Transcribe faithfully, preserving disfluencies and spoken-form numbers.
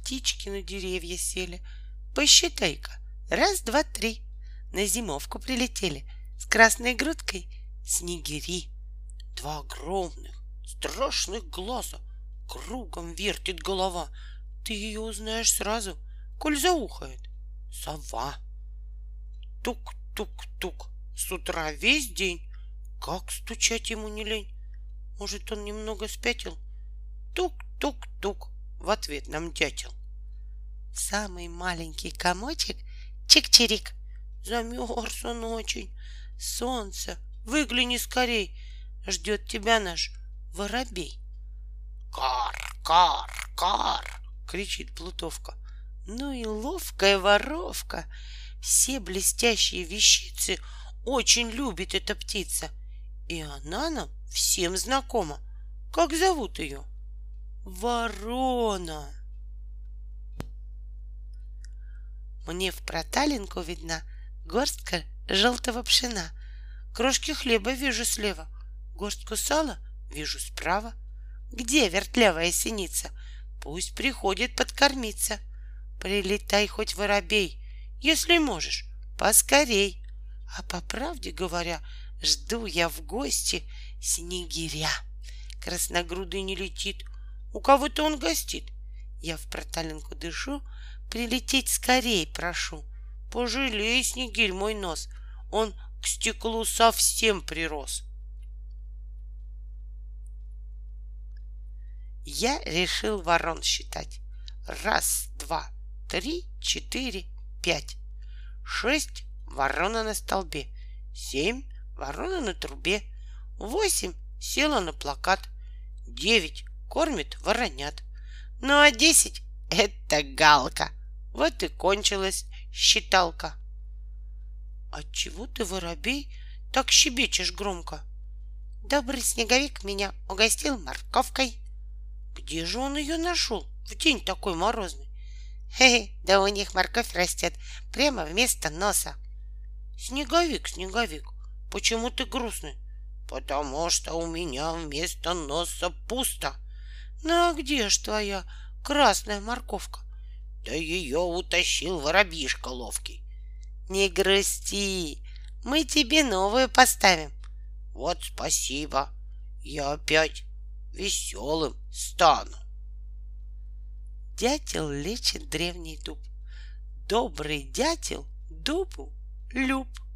птички на деревья сели. Посчитай-ка, раз, два, три. На зимовку прилетели с красной грудкой снегири. Два огромных, страшных глаза, кругом вертит голова. Ты ее узнаешь сразу, коль заухает. Сова. Тук-тук-тук, с утра весь день. Как стучать ему не лень. Может, он немного спятил? Тук-тук-тук, в ответ нам дятел. Самый маленький комочек чик-чирик. Замерз он очень. Солнце, выгляни скорей, ждет тебя наш воробей. Кар, кар, кар, кричит плутовка. Ну и ловкая воровка. Все блестящие вещицы очень любит эта птица. И она нам всем знакома. Как зовут ее? Ворона. Мне в проталинку видна горстка желтого пшена. Крошки хлеба вижу слева, горстку сала вижу справа. Где вертлявая синица? Пусть приходит подкормиться. Прилетай хоть воробей, если можешь, поскорей. А по правде говоря, жду я в гости снегиря. Красногрудый не летит, у кого-то он гостит. Я в проталинку дышу, прилететь скорей прошу. Пожалей, снегирь, мой нос, он к стеклу совсем прирос. Я решил ворон считать. Раз, два, три, четыре, пять. Шесть — ворона на столбе. Семь — ворона на трубе. Восемь — села на плакат. Девять — кормит воронят. Ну а десять — это галка. Вот и кончилась считалка. Отчего ты, воробей, так щебечешь громко? Добрый снеговик меня угостил морковкой. Где же он ее нашел в день такой морозный? Хе-хе, да у них морковь растет прямо вместо носа. Снеговик, снеговик, почему ты грустный? Потому что у меня вместо носа пусто. Ну а где ж твоя красная морковка? Да ее утащил воробьишка ловкий. Не грусти, мы тебе новую поставим. Вот спасибо, я опять веселым стану. Дятел лечит древний дуб. Добрый дятел дубу люб.